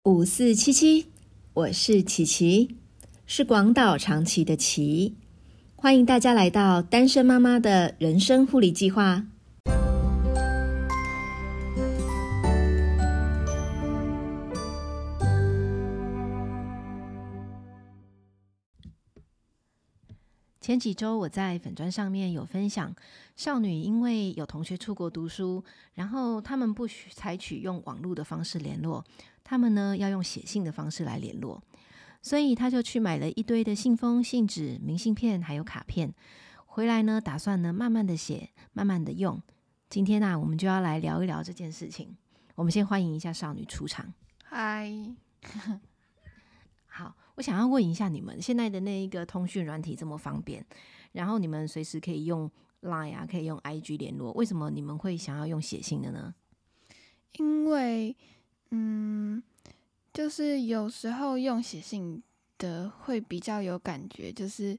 5477，我是琪琪，是广岛长崎的琪，欢迎大家来到单身妈妈的人生护理计划。前几周我在粉专上面有分享，少女因为有同学出国读书，然后他们不采取用网络的方式联络，他们呢要用写信的方式来联络，所以他就去买了一堆的信封、信纸、明信片还有卡片，回来呢打算呢慢慢的写，慢慢的用。今天我们就要来聊一聊这件事情。我们先欢迎一下少女出场。 嗨， 好，我想要问一下你们，现在的那一个通讯软体这么方便，然后你们随时可以用 Line 可以用 IG 联络，为什么你们会想要用写信的呢？ 因为就是有时候用写信的会比较有感觉，就是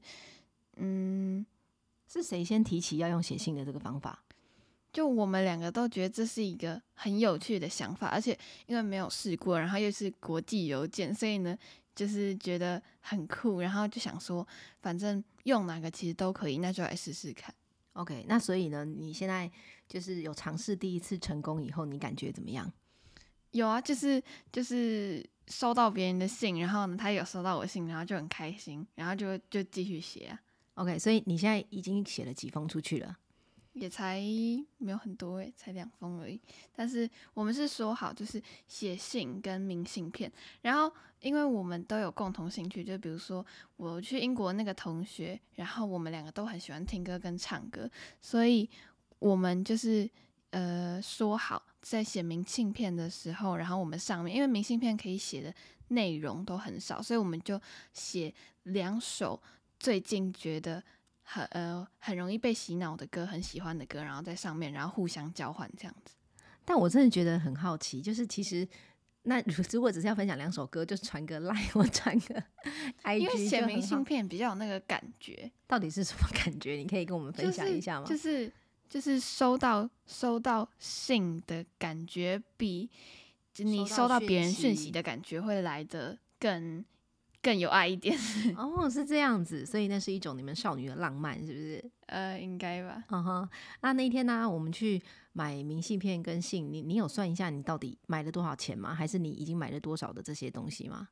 是谁先提起要用写信的这个方法？ 就我们两个都觉得这是一个很有趣的想法，而且因为没有试过，然后又是国际邮件，所以呢就是觉得很酷，然后就想说反正用哪个其实都可以，那就来试试看。 OK， 那所以呢，你现在就是有尝试第一次成功以后，你感觉怎么样？ 有啊，就是收到别人的信，然后呢他有收到我的信，然后就很开心，然后就继续写啊。 OK， 所以你现在已经写了几封出去了？ 也才没有很多才2封而已。但是我们是说好，就是写信跟明信片。然后因为我们都有共同兴趣，就比如说我去英国那个同学，然后我们两个都很喜欢听歌跟唱歌，所以我们就是说好在写明信片的时候，然后我们上面因为明信片可以写的内容都很少，所以我们就写2首最近觉得很容易被洗脑的歌，很喜欢的歌，然后在上面，然后互相交换这样子。 但我真的觉得很好奇，就是其实那如果只是要分享2首歌，就传个 Line 或传个 IG， 因为写明信片比较有那个感觉。 到底是什么感觉？你可以跟我们分享一下吗？ 就是收到信的感觉，比你收到别人讯息的感觉会来得更有爱一点。 哦，是这样子，所以那是一种你们少女的浪漫，是不是？ 应该吧。 那一天呢，我们去买明信片跟信，你有算一下你到底买了多少钱吗？还是你已经买了多少的这些东西吗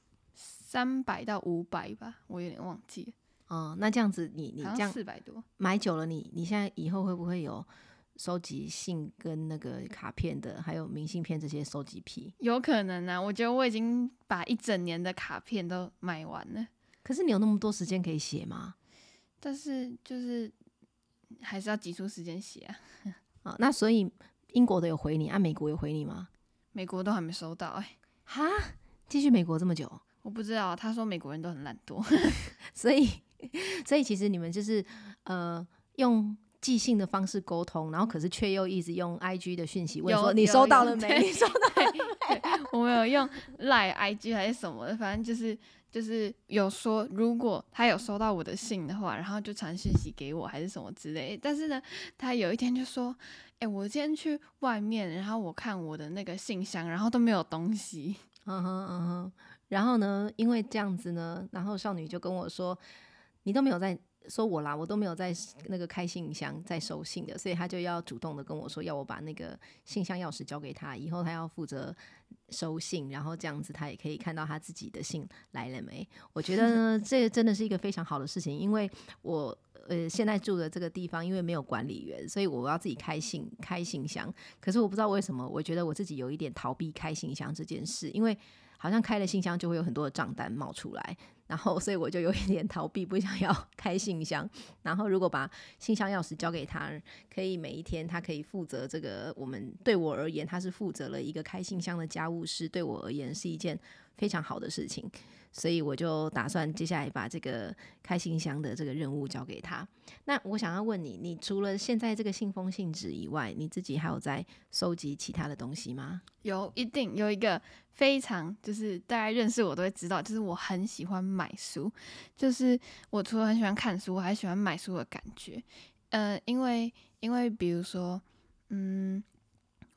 ？300到500吧，我有点忘记了。 那这样子你这样 400多买久了，你现在以后会不会有收集信跟那个卡片的，还有明信片这些收集癖？ 有可能啊，我觉得我已经把1整年的卡片都买完了。 可是你有那么多时间可以写吗？ 但是就是还是要挤出时间写啊。 那所以英国的有回你，美国有回你吗？ 美国都还没收到哈，继续美国这么久？ 我不知道，他说美国人都很懒惰。 所以其实你们就是用寄信的方式沟通，然后可是却又一直用 IG 的讯息问说你收到了没？你收到了没？ 我没有用 Line IG 还是什么的，反正就是有说如果他有收到我的信的话，然后就传讯息给我还是什么之类的。但是呢，他有一天就说我今天去外面，然后我看我的那个信箱，然后都没有东西。 然后呢，因为这样子呢，然后少女就跟我说你都没有在说我啦，我都没有在那个开信箱在收信的，所以他就要主动的跟我说要我把那个信箱钥匙交给他，以后他要负责收信，然后这样子他也可以看到他自己的信来了没。我觉得呢这真的是一个非常好的事情，因为我现在住的这个地方因为没有管理员，所以我要自己开信箱。可是我不知道为什么，我觉得我自己有一点逃避开信箱这件事，因为好像开了信箱就会有很多的账单冒出来，然后所以我就有一点逃避，不想要开信箱。然后如果把信箱钥匙交给他，可以每一天他可以负责这个，对我而言他是负责了一个开信箱的家务事，对我而言是一件非常好的事情，所以我就打算接下来把这个开信箱的这个任务交给他。那我想要问你，你除了现在这个信封信纸以外，你自己还有在收集其他的东西吗？ 一定有一个非常就是大家认识我都会知道，就是我很喜欢买书，就是我除了很喜欢看书，我还喜欢买书的感觉。因为比如说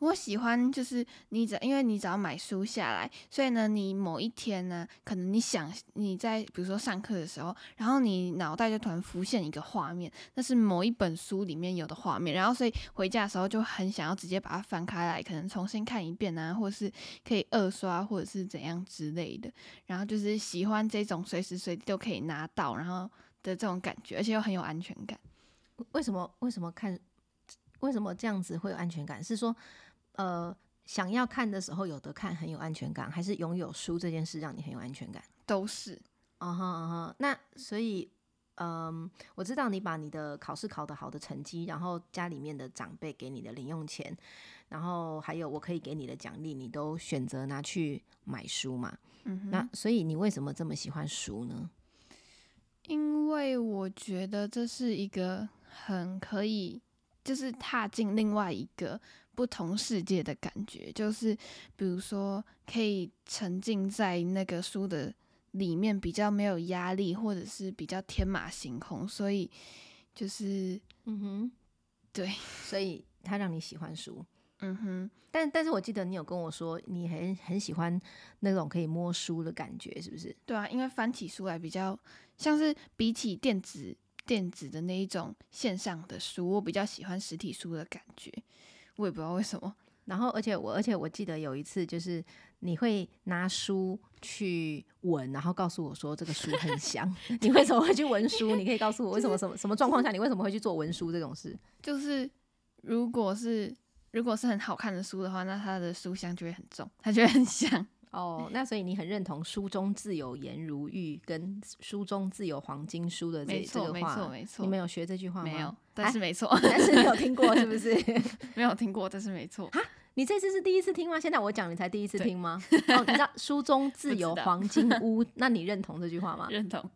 我喜欢就是因为你只要买书下来，所以呢，你某一天呢，可能你在比如说上课的时候，然后你脑袋就突然浮现一个画面，那是某一本书里面有的画面，然后所以回家的时候就很想要直接把它翻开来，可能重新看一遍啊，或者是可以二刷，或者是怎样之类的。然后就是喜欢这种随时随地都可以拿到，然后的这种感觉，而且又很有安全感。 为什么为什么这样子会有安全感？是说想要看的时候有得看很有安全感，还是拥有书这件事让你很有安全感？ 都是。 那所以我知道你把你的考试考得好的成绩，然后家里面的长辈给你的零用钱，然后还有我可以给你的奖励，你都选择拿去买书嘛。那所以你为什么这么喜欢书呢？ 因为我觉得这是一个很可以就是踏进另外一个不同世界的感觉，就是比如说可以沉浸在那个书的里面，比较没有压力，或者是比较天马行空，所以就是对， 所以它让你喜欢书。但是我记得你有跟我说你很喜欢那种可以摸书的感觉，是不是？ 对啊，因为翻起书来比较像是比起电子的那一种线上的书，我比较喜欢实体书的感觉，我也不知道为什么。 然后而且我记得有一次就是你会拿书去闻，然后告诉我说这个书很香。你为什么会去闻书？你可以告诉我为什么什么状况下你为什么会去做闻书这种事？ 就是如果是很好看的书的话，那它的书香就会很重，它就会很香。 那所以你很认同书中自有颜如玉跟书中自有黄金书的这个话？ 没错。 你们有学这句话吗？ 没有，但是没错。 但是你有听过是不是？ 没有听过，但是没错。 你这次是第一次听吗？现在我讲你才第一次听吗？你知道书中自有黄金屋，那你认同这句话吗？ 认同。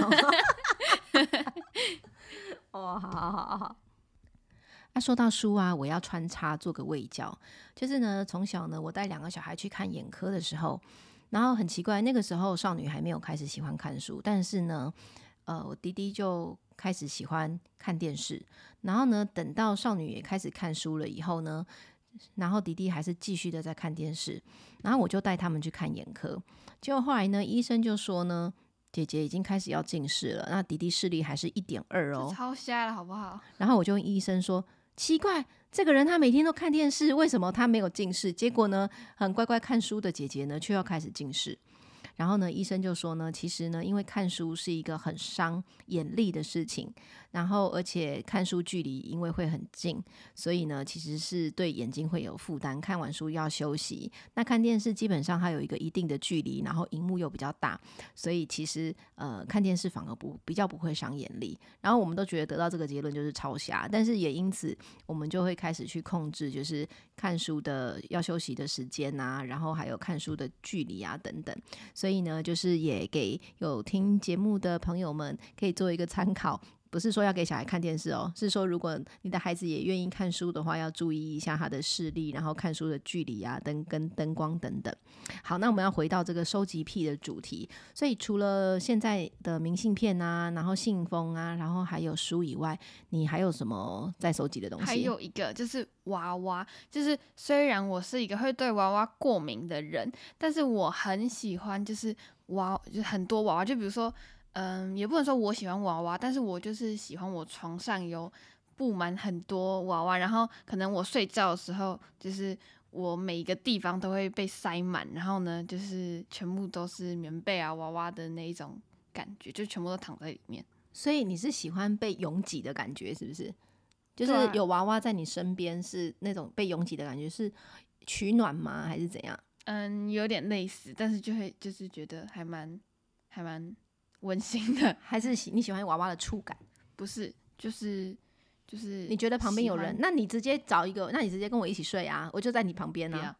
好。说到书啊，我要穿插做个卫教，就是呢，从小呢，我带2个小孩去看眼科的时候，然后很奇怪，那个时候少女还没有开始喜欢看书，但是呢，我弟弟就开始喜欢看电视，然后呢，等到少女也开始看书了以后呢，然后弟弟还是继续的在看电视，然后我就带他们去看眼科，结果后来呢，医生就说呢，姐姐已经开始要近视了，那弟弟视力还是1.2哦， 超瞎了好不好？ 然后我就问医生说，奇怪，这个人他每天都看电视，为什么他没有近视？结果呢，很乖乖看书的姐姐呢，却要开始近视。然后呢，医生就说呢，其实呢，因为看书是一个很伤眼力的事情，然后而且看书距离因为会很近，所以呢，其实是对眼睛会有负担。看完书要休息，那看电视基本上它有一个一定的距离，然后荧幕又比较大，所以其实看电视反而比较不会伤眼力。然后我们都觉得得到这个结论就是超瞎，但是也因此我们就会开始去控制，就是看书的要休息的时间啊，然后还有看书的距离啊等等。所以呢，就是也给有听节目的朋友们可以做一个参考，不是说要给小孩看电视哦，是说如果你的孩子也愿意看书的话，要注意一下他的视力，然后看书的距离啊、跟灯光等等。好，那我们要回到这个收集癖的主题，所以除了现在的明信片啊，然后信封啊，然后还有书以外，你还有什么在收集的东西？ 还有一个就是娃娃，就是虽然我是一个会对娃娃过敏的人，但是我很喜欢就是很多娃娃，就比如说也不能说我喜欢娃娃，但是我就是喜欢我床上有布满很多娃娃，然后可能我睡觉的时候就是我每一个地方都会被塞满，然后呢就是全部都是棉被啊娃娃的那一种感觉，就全部都躺在里面。 所以你是喜欢被拥挤的感觉是不是？就是有娃娃在你身边是那种被拥挤的感觉，是取暖吗还是怎样？ 有点类似，但是就是觉得还蛮温馨的。 还是你喜欢娃娃的触感？ 不是，就是你觉得旁边有人，那你直接找一个，那你直接跟我一起睡啊，我就在你旁边啊。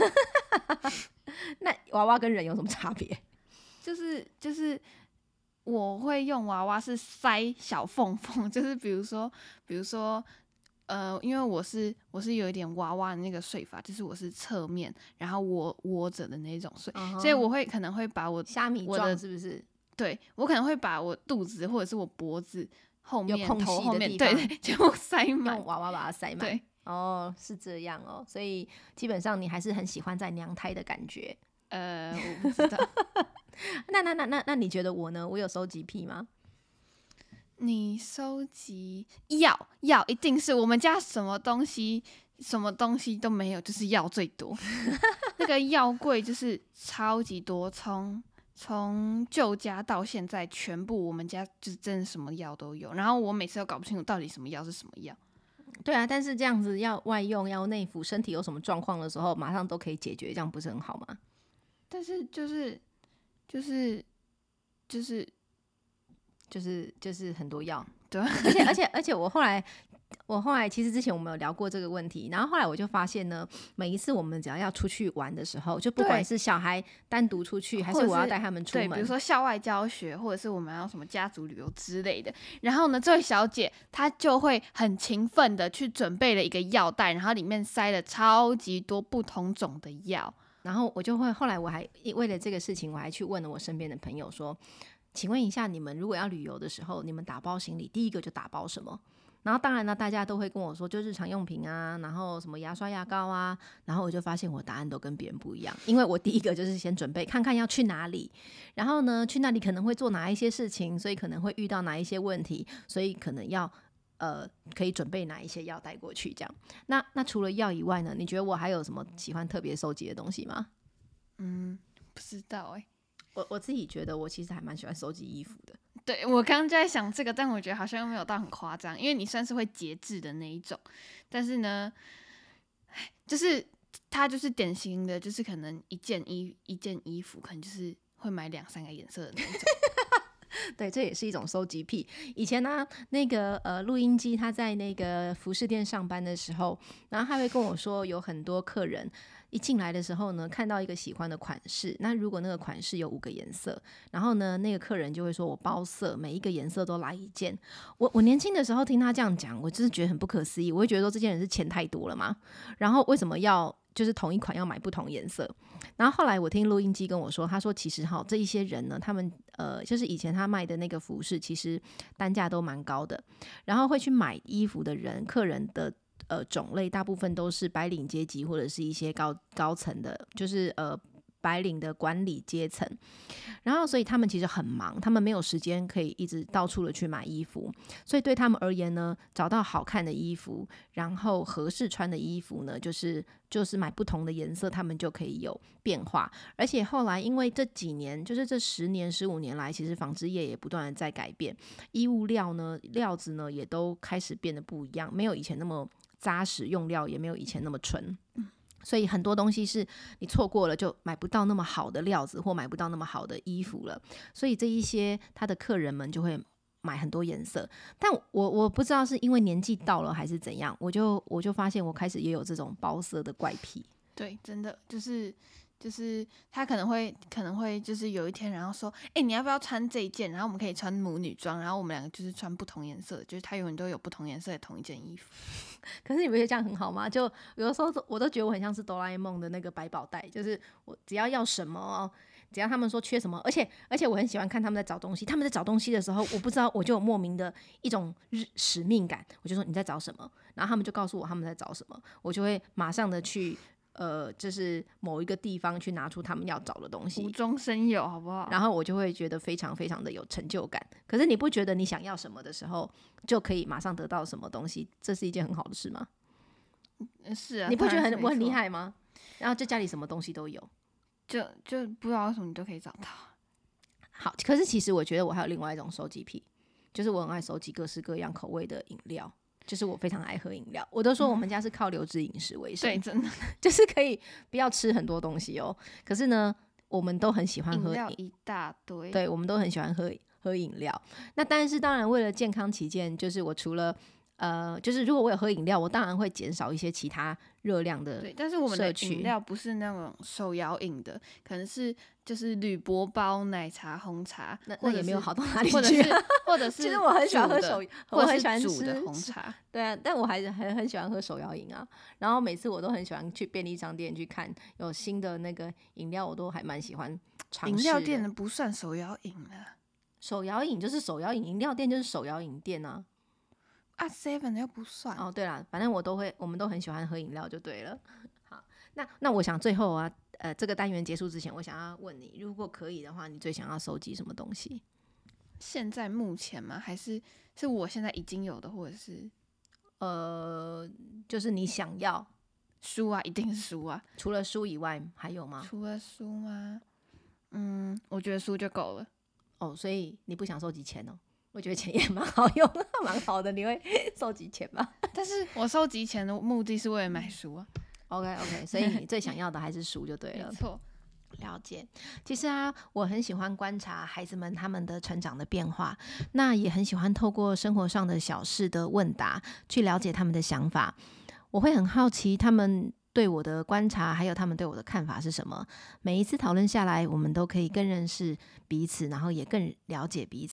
那娃娃跟人有什么差别？ 就是我会用娃娃是塞小缝缝，就是比如说因为我是有一点娃娃的那个睡法，就是我是侧面，然后我窝着的那种睡，所以我可能会把我虾米状是不是？ 对，我可能会把我肚子或者是我脖子后面、 有空隙头后面， 的地方对，全部塞满， 用娃娃把它塞满。 对， 哦，是这样哦，所以基本上你还是很喜欢在娘胎的感觉。 我不知道。 那你觉得我呢？我有收集癖吗？ 你收集药一定是我们家什么东西都没有，就是药最多。那个药柜就是超级多，从旧家到现在，全部我们家就是真的什么药都有。然后我每次都搞不清楚到底什么药是什么药。 对啊，但是这样子要外用要内服，身体有什么状况的时候，马上都可以解决，这样不是很好吗？ 但是就是就是很多药， 对， 而且我后来其实之前我们有聊过这个问题，然后后来我就发现呢，每一次我们只要出去玩的时候，就不管是小孩单独出去，还是我要带他们出门， 对，比如说校外教学，或者是我们要什么家族旅游之类的，然后呢，这位小姐她就会很勤奋的去准备了一个药袋，然后里面塞了超级多不同种的药。 然后我就会，后来我还为了这个事情，我还去问了我身边的朋友说，请问一下，你们如果要旅游的时候，你们打包行李第一个就打包什么？然后当然呢，大家都会跟我说，就日常用品啊，然后什么牙刷、牙膏啊，然后我就发现我答案都跟别人不一样，因为我第一个就是先准备看看要去哪里，然后呢，去那里可能会做哪一些事情，所以可能会遇到哪一些问题，所以可能要可以准备哪一些药带过去这样。那除了药以外呢，你觉得我还有什么喜欢特别收集的东西吗？ 不知道我自己觉得我其实还蛮喜欢收集衣服的。 对，我刚刚就在想这个，但我觉得好像又没有到很夸张，因为你算是会节制的那一种。但是呢，就是它就是典型的，就是可能一件衣服，可能就是会买2-3个颜色的那一种。 对，这也是一种收集癖。以前呢、那个录音机他在那个服饰店上班的时候，然后他会跟我说，有很多客人一进来的时候呢，看到一个喜欢的款式，那如果那个款式有5个颜色，然后呢，那个客人就会说我包色，每一个颜色都来一件。我年轻的时候听他这样讲，我真是觉得很不可思议。我会觉得说这件人是钱太多了吗？然后为什么要就是同一款要买不同颜色？然后后来我听录音机跟我说，他说其实这一些人呢，他们就是以前他卖的那个服饰，其实单价都蛮高的，然后会去买衣服的人，客人的种类大部分都是白领阶级或者是一些高层的，就是白领的管理阶层，然后所以他们其实很忙，他们没有时间可以一直到处的去买衣服，所以对他们而言呢，找到好看的衣服，然后合适穿的衣服呢，就是买不同的颜色，他们就可以有变化。而且后来因为这几年，就是这10年15年来，其实纺织业也不断的在改变，衣物料子呢也都开始变得不一样，没有以前那么扎实，用料也没有以前那么纯。所以很多东西是你错过了就买不到那么好的料子，或买不到那么好的衣服了，所以这一些他的客人们就会买很多颜色。但我不知道是因为年纪到了还是怎样，我就发现我开始也有这种包色的怪癖。 对，真的就是他可能会就是有一天，然后说，你要不要穿这一件？然后我们可以穿母女装，然后我们2个就是穿不同颜色，就是他永远都有不同颜色的同一件衣服。 可是你不觉得这样很好吗？就有的时候我都觉得我很像是哆啦 A 梦的那个百宝袋，就是我只要什么，只要他们说缺什么，而且我很喜欢看他们在找东西。他们在找东西的时候，我不知道我就有莫名的一种使命感，我就说你在找什么，然后他们就告诉我他们在找什么，我就会马上的去就是某一个地方去拿出他们要找的东西， 无中生有，好不好？ 然后我就会觉得非常非常的有成就感。可是你不觉得你想要什么的时候，就可以马上得到什么东西，这是一件很好的事吗？ 是啊， 你不觉得我很厉害？ 害吗？然后就家里什么东西都有， 就不知道为什么你都可以找到。 好，可是其实我觉得我还有另外一种收集癖，就是我很爱收集各式各样口味的饮料。就是我非常爱喝饮料，我都说我们家是靠流质饮食为生， 对，真的就是可以不要吃很多东西哦。可是呢，我们都很喜欢喝饮料一大堆， 对，我们都很喜欢喝饮料。那但是当然为了健康起见，就是我除了就是如果我有喝饮料，我当然会减少一些其他热量的摄取。 对，但是我们的饮料不是那种手摇饮的，可能是就是铝箔包奶茶、红茶， 那也没有好到哪里去。 或者是其实我很喜欢喝我很喜欢煮的红茶。 对啊，但我还是很喜欢喝手摇饮啊。然后每次我都很喜欢去便利商店去看有新的那个饮料，我都还蛮喜欢尝试的。 饮料店的不算手摇饮了， 手摇饮就是手摇饮，饮料店就是手摇饮店啊。 啊 ，7 又不算。 哦，对啦，反正我们都很喜欢喝饮料就对了。好，那我想最后啊，这个单元结束之前，我想要问你，如果可以的话，你最想要收集什么东西？ 现在目前吗？还是我现在已经有的，或者是就是你想要书啊？一定是书啊。 除了书以外还有吗？ 除了书吗？我觉得书就够了。 哦，所以你不想收集钱哦？我觉得钱也蛮好用，蛮好的。你会收集钱吗？ 但是我收集钱的目的是为了买书啊。 OK， 所以你最想要的还是书就对了。 没错。 了解。其实啊，我很喜欢观察孩子们他们的成长的变化，那也很喜欢透过生活上的小事的问答去了解他们的想法。我会很好奇他们对我的观察还有他们对我的看法是什么。每一次讨论下来，我们都可以更认识彼此，然后也更了解彼此。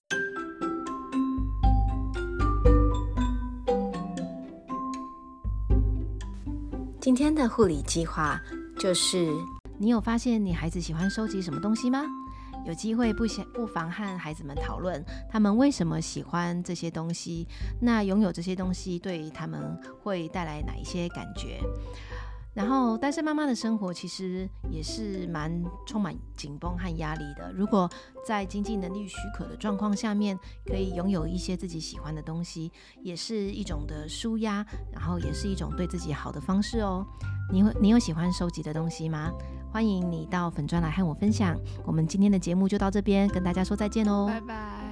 今天的护理计划就是，你有发现你孩子喜欢收集什么东西吗？有机会不妨和孩子们讨论他们为什么喜欢这些东西，那拥有这些东西对他们会带来哪一些感觉。然后单身妈妈的生活其实也是蛮充满紧绷和压力的，如果在经济能力许可的状况下面，可以拥有一些自己喜欢的东西，也是一种的抒压，然后也是一种对自己好的方式哦。你有喜欢收集的东西吗？欢迎你到粉专来和我分享。我们今天的节目就到这边，跟大家说再见哦， 拜拜。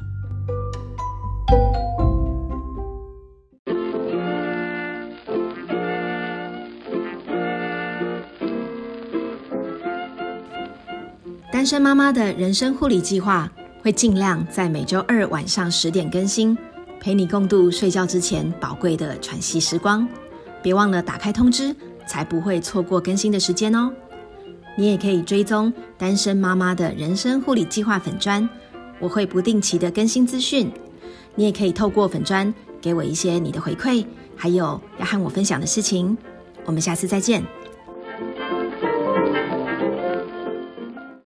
单身妈妈的人生护理计划会尽量在每周2晚上10点更新，陪你共度睡觉之前宝贵的喘息时光。别忘了打开通知，才不会错过更新的时间哦。你也可以追踪单身妈妈的人生护理计划粉专，我会不定期的更新资讯。你也可以透过粉专给我一些你的回馈，还有要和我分享的事情。我们下次再见。